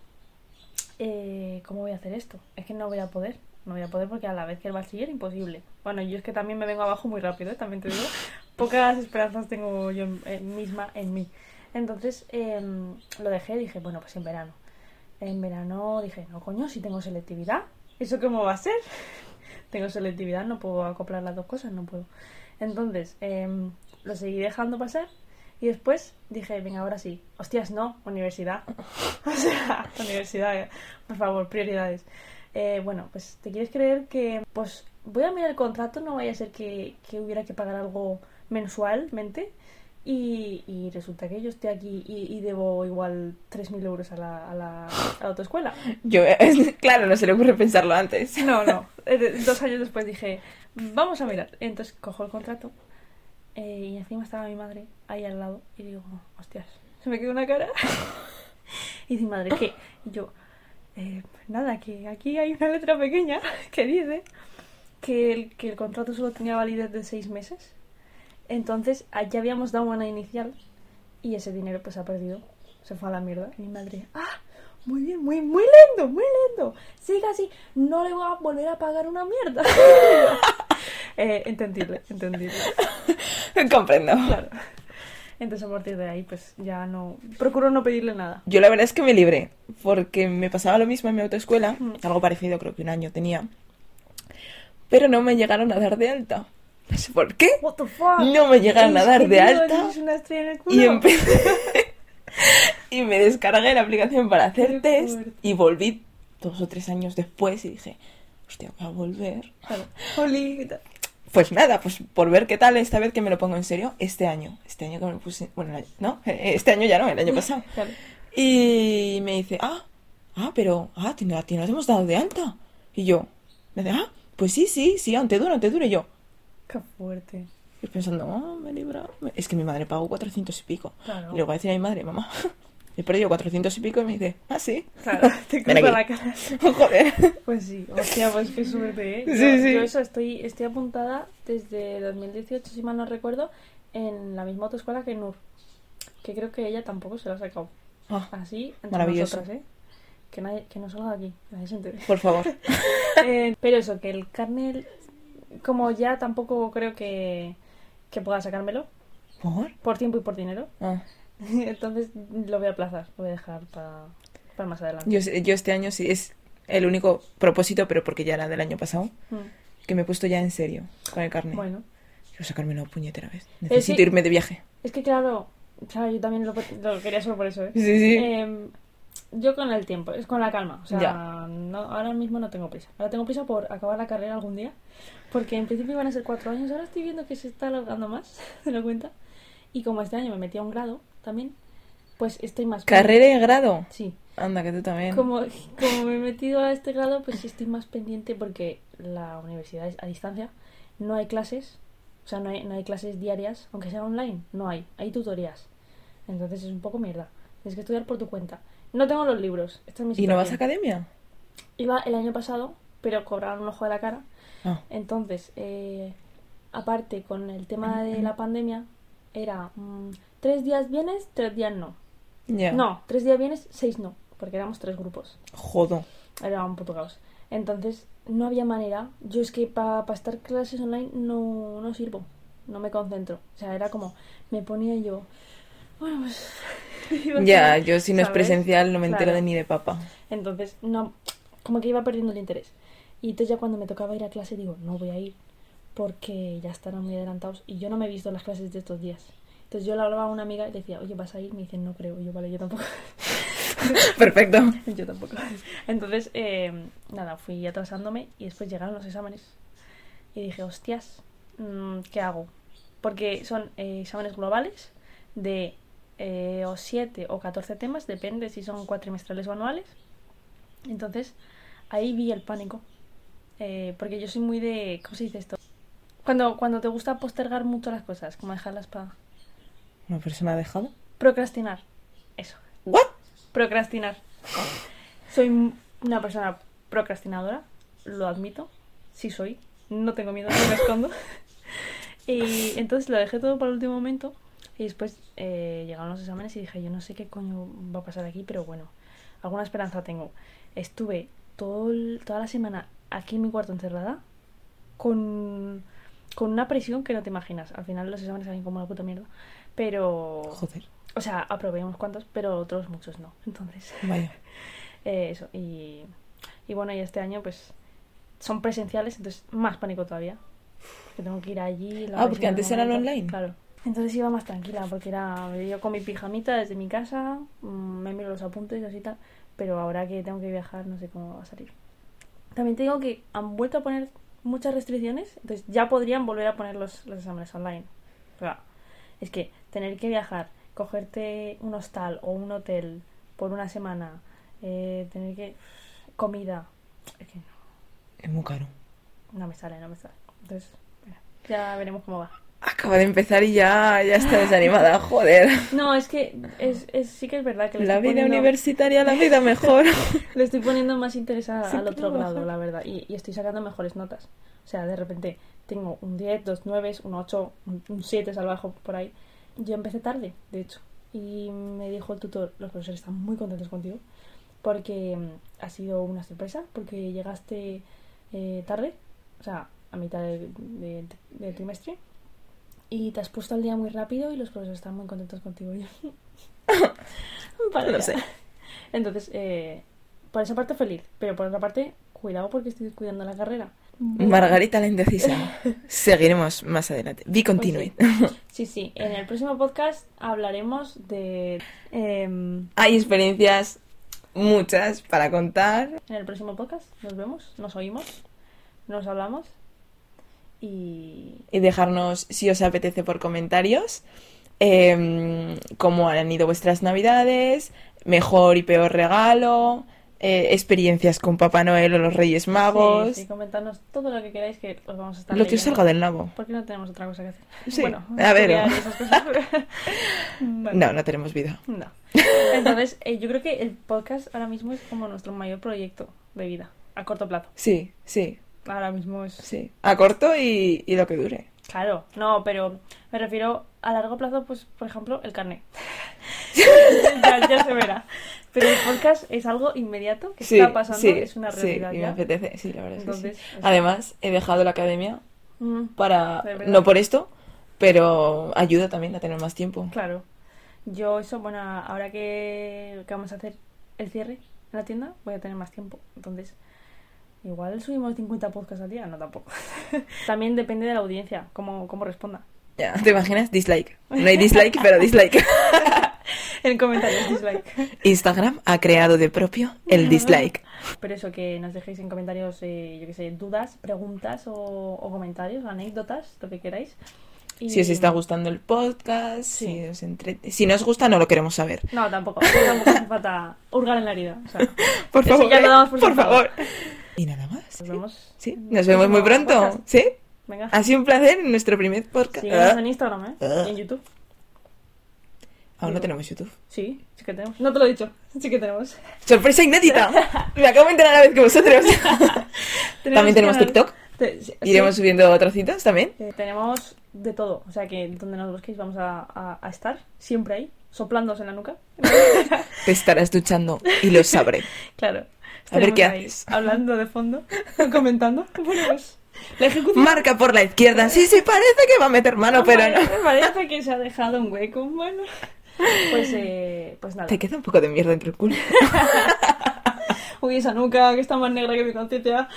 eh, ¿cómo voy a hacer esto? Es que no voy a poder, no voy a poder porque a la vez que el bachiller, imposible. Bueno, yo es que también me vengo abajo muy rápido, ¿eh? También te digo. Pocas esperanzas tengo yo en, en misma en mí. Entonces eh, lo dejé, dije, bueno, pues en verano. En verano dije, no coño, si tengo selectividad, ¿eso cómo va a ser? Tengo selectividad, no puedo acoplar las dos cosas, no puedo. Entonces eh, lo seguí dejando pasar y después dije, venga, ahora sí. Hostias, no, universidad. O sea, universidad, eh, por favor, prioridades. Eh, bueno, pues te quieres creer que pues voy a mirar el contrato, no vaya a ser que, que hubiera que pagar algo mensualmente. Y, y resulta que yo estoy aquí y, y debo igual tres mil euros a la, a, la, a la autoescuela. Yo, claro, no se le ocurre pensarlo antes. No, no. Eh, Dos años después dije, vamos a mirar. Entonces cojo el contrato eh, y encima estaba mi madre ahí al lado y digo, hostias, se me quedó una cara. Y dice, madre, ¿qué? Y yo, eh, nada, que aquí hay una letra pequeña que dice que el, que el contrato solo tenía validez de seis meses. Entonces, ya habíamos dado una inicial y ese dinero pues ha perdido. Se fue a la mierda. Y mi madre, ah, muy bien, muy, muy lindo, muy lindo. Siga así, no le voy a volver a pagar una mierda. eh, entendible, entendible. Comprendo. Claro. Entonces a partir de ahí pues ya no... Procuro no pedirle nada. Yo la verdad es que me libré, porque me pasaba lo mismo en mi autoescuela, Mm. algo parecido, creo que un año tenía, pero no me llegaron a dar de alta. No sé por qué. What the fuck? No me llegaron a Es dar que, de tío, alta tienes una estrella en el culo. y empecé y me descargué la aplicación para hacer Qué test fuerte. y volví dos o tres años después y dije, hostia, voy a volver. Claro. Oli, ¿qué tal? Pues nada, pues por ver qué tal esta vez que me lo pongo en serio, este año, este año que me lo puse, bueno, el año- no, Eh, este año ya no, el año pasado. Claro. Y me dice, ah, ah, pero, ah, ti no, a ti no te hemos dado de alta. Y yo, me dice, ah, pues sí, sí, sí, aún te dura, aún te dura. Y yo, Qué fuerte. y pensando, oh, me he librado. Es que mi madre pagó cuatrocientos y pico. Claro. Y le voy a decir a mi madre, mamá, he perdido cuatrocientos y pico. Y me dice, ah, sí. Claro, te Ven cruza la aquí. cara. Joder. Pues sí, hostia, pues qué suerte, ¿eh? Yo, Sí, sí. yo eso, estoy, estoy apuntada desde dos mil dieciocho, si mal no recuerdo, en la misma autoescuela que Nur. Que creo que ella tampoco se la ha sacado. Ah, Así, entre maravilloso. nosotras, ¿eh? Que, nadie, que no salga de aquí, que nadie se entere. por favor. Eh, pero eso, que el carnet, como ya tampoco creo que, que pueda sacármelo, ¿Por? por tiempo y por dinero, Ah. entonces lo voy a aplazar, lo voy a dejar para, para más adelante. Yo, yo este año sí es el único propósito, pero porque ya era del año pasado, Mm. que me he puesto ya en serio con el carnet. Bueno, Quiero sacarme una puñetera vez. Necesito que- irme de viaje. es que claro, claro, yo también lo, lo quería solo por eso, ¿eh? Sí, sí. Eh, yo con el tiempo, es con la calma. O sea, Ya. no, ahora mismo no tengo prisa. Ahora tengo prisa por acabar la carrera algún día. Porque en principio iban a ser cuatro años. Ahora estoy viendo que se está alargando más, ¿te lo cuenta? Y como este año me metí a un grado también, pues estoy más... ¿Carrera y grado? Sí. Anda, que tú también. Como, como me he metido a este grado, pues estoy más pendiente porque la universidad es a distancia. No hay clases. O sea, no hay, no hay clases diarias. Aunque sea online, no hay. Hay tutorías. Entonces es un poco mierda. Tienes que estudiar por tu cuenta. No tengo los libros. Esta es mi ¿Y no vas a situación. academia? Iba el año pasado, pero cobraron un ojo de la cara. Ah. Entonces, eh, aparte con el tema de la pandemia, era mm, tres días vienes, tres días no. Ya. No, tres días vienes, seis no, porque éramos tres grupos. Jodo. Era un puto caos. Entonces, no había manera. Yo es que para pa estar clases online no, no sirvo. No me concentro. O sea, era como, me ponía yo... Bueno, pues... iba a Ya, hacer, yo si no es ¿sabes? presencial no me entero Claro. de ni de papa. Entonces, no, como que iba perdiendo el interés. Y entonces ya cuando me tocaba ir a clase digo, no voy a ir porque ya estarán muy adelantados y yo no me he visto las clases de estos días. Entonces yo le hablaba a una amiga y decía, oye, ¿vas a ir? Me dicen, no creo. Y yo, vale, yo tampoco. Perfecto. Yo tampoco. Entonces, eh, nada, fui atrasándome y después llegaron los exámenes. Y dije, hostias, mm, ¿qué hago? Porque son eh, exámenes globales de eh, o siete o catorce temas, depende si son cuatrimestrales o anuales. Entonces, ahí vi el pánico. Eh, porque yo soy muy de... ¿Cómo se dice esto? Cuando, cuando te gusta postergar mucho las cosas, como dejarlas para... ¿Una persona dejada? Procrastinar. Eso. ¿What? Procrastinar. Soy una persona procrastinadora, lo admito. Sí soy. No tengo miedo, no me escondo. Y entonces lo dejé todo para el último momento. Y después eh, llegaron los exámenes y dije, yo no sé qué coño va a pasar aquí, pero bueno, alguna esperanza tengo. Estuve todo el, toda la semana aquí en mi cuarto encerrada con, con una presión que no te imaginas. Al final los exámenes salen como una puta mierda. Pero... Joder. O sea, aprobé unos cuantos, pero otros muchos no. Entonces... Vaya. eh, eso. Y, y bueno, y este año pues son presenciales, entonces más pánico todavía. Porque tengo que ir allí... Ah, porque antes eran online. Claro. Entonces iba más tranquila, porque era yo con mi pijamita desde mi casa, me miro los apuntes y así tal, pero ahora que tengo que viajar no sé cómo va a salir. También te digo que han vuelto a poner muchas restricciones, entonces ya podrían volver a poner los, los exámenes online. O sea, es que tener que viajar, cogerte un hostal o un hotel por una semana, eh, tener que... comida, es que no. Es muy caro. No me sale, no me sale. Entonces, bueno, ya veremos cómo va. Acaba de empezar y ya, ya está desanimada, joder. No, es que es, es, sí que es verdad que le La estoy vida poniendo, universitaria, la vida mejor. le estoy poniendo más interés a- Sí, al otro trabaja. grado, la verdad. Y, y estoy sacando mejores notas. O sea, de repente tengo un diez, dos nueve, un ocho, un, un siete salvaje por ahí. Yo empecé tarde, de hecho. Y me dijo el tutor, los profesores están muy contentos contigo. Porque mm, ha sido una sorpresa. Porque llegaste eh, tarde. O sea, a mitad de, de, de trimestre. Y te has puesto al día muy rápido y los profesores están muy contentos contigo. Y yo, vale, Lo ya. sé. Entonces, eh, por esa parte feliz, pero por otra parte, cuidado porque estoy descuidando la carrera. Margarita la indecisa. Seguiremos más adelante. Be continue. Pues sí. sí, sí. En el próximo podcast hablaremos de... em, Hay experiencias muchas para contar. en el próximo podcast nos vemos, nos oímos, nos hablamos y... Y dejarnos, si os apetece, por comentarios eh, cómo han ido vuestras navidades, mejor y peor regalo, eh, experiencias con Papá Noel o los Reyes Magos, Sí, sí, comentarnos todo lo que queráis que os vamos a estar lo que os leyendo. salga del nabo. Porque no tenemos otra cosa que hacer. Sí, Bueno, a ver. estudiar y esas cosas, pero- Bueno, No, no tenemos vida. no. Entonces, eh, yo creo que el podcast ahora mismo es como nuestro mayor proyecto de vida, a corto plazo. Sí, sí, Ahora mismo es... sí. A corto y, y lo que dure. Claro, no, pero me refiero a largo plazo, pues, por ejemplo, el carnet. ya, ya se verá. Pero el podcast es algo inmediato que Sí, está pasando, sí, es una realidad sí, y me ya. apetece, sí, la verdad es que Entonces, sí. es- Además, he dejado la academia Mm, para, De verdad. no por esto, pero ayuda también a tener más tiempo. claro. Yo eso, bueno, ahora que, que vamos a hacer el cierre en la tienda, voy a tener más tiempo. Entonces, igual subimos cincuenta podcasts al día, no tampoco. También depende de la audiencia, cómo, cómo responda. Ya, ¿te imaginas? Dislike. No hay dislike, pero dislike. En comentarios, dislike. Instagram ha creado de propio el dislike. Pero eso, que nos dejéis en comentarios, eh, yo qué sé, dudas, preguntas o, o comentarios, anécdotas, lo que queráis. Y... Si os está gustando el podcast, Sí. si os entre... si no os gusta, no lo queremos saber. No, tampoco. Tampoco hace falta hurgar en la herida. O sea, Por eso favor, ya lo damos por por sentado. favor. Y nada más. Nos vemos. Sí, en nos el vemos muy próximo pronto. podcast. ¿Sí? Venga. Ha sido un placer en nuestro primer podcast. Síguenos Ah, en Instagram, ¿eh? Ah. Y en YouTube. Aún no tenemos YouTube. Sí, sí que tenemos. No te lo he dicho. Sí que tenemos. ¡Sorpresa inédita! Me acabo de enterar a la vez que vosotros. También tenemos canal- TikTok. Te- sí, Iremos sí. subiendo trocitos también. Eh, tenemos de todo. O sea que donde nos busquéis vamos a, a, a estar. Siempre ahí. Soplándoos en la nuca. Te estarás duchando y lo sabré. Claro. A ver Estaremos qué ahí, haces. hablando de fondo. Comentando. Bueno, pues. La ejecución. Marca por la izquierda. Sí, sí, parece que va a meter mano, pero no. Me parece que se ha dejado un hueco, bueno. Pues, eh, pues nada. Te queda un poco de mierda entre el culo. Uy, esa nuca que está más negra que mi conciencia.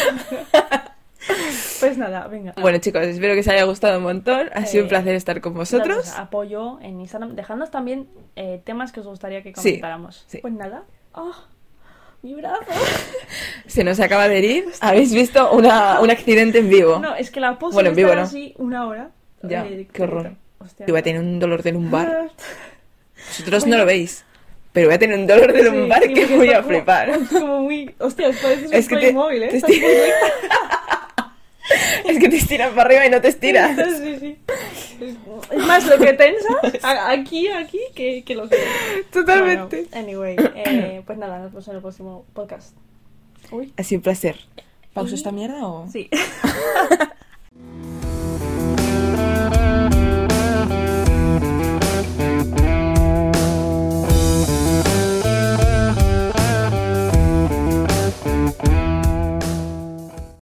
Pues nada, venga. Bueno, chicos, espero que os haya gustado un montón. Ha sido un Eh, placer estar con vosotros. Danos apoyo en Instagram. Dejadnos también eh, temas que os gustaría que Sí, comentáramos. sí. Pues nada. ¡Oh! Mi brazo. Se nos acaba de herir. Habéis visto una, un accidente en vivo. No, es que la pose Bueno, de en vivo estar no. así una hora. Ya, Eh, qué horror. Hostia. Yo voy a tener un dolor de lumbar. Vosotros no lo veis, pero voy a tener un dolor de lumbar Sí, sí, que porque voy está a como- flipar. Como muy... Hostia, pareces Es un que te- Playmobil, ¿eh? te Estás estoy- muy recta. Es que te estiras para arriba y no te estiras. Sí, sí. Es más lo que tensas a- aquí, aquí, que, que los dedos. Totalmente. Bueno, anyway, eh, pues nada, nos vemos en el próximo podcast. Uy. Ha sido un placer. ¿Pausa Y- esta mierda o...? Sí.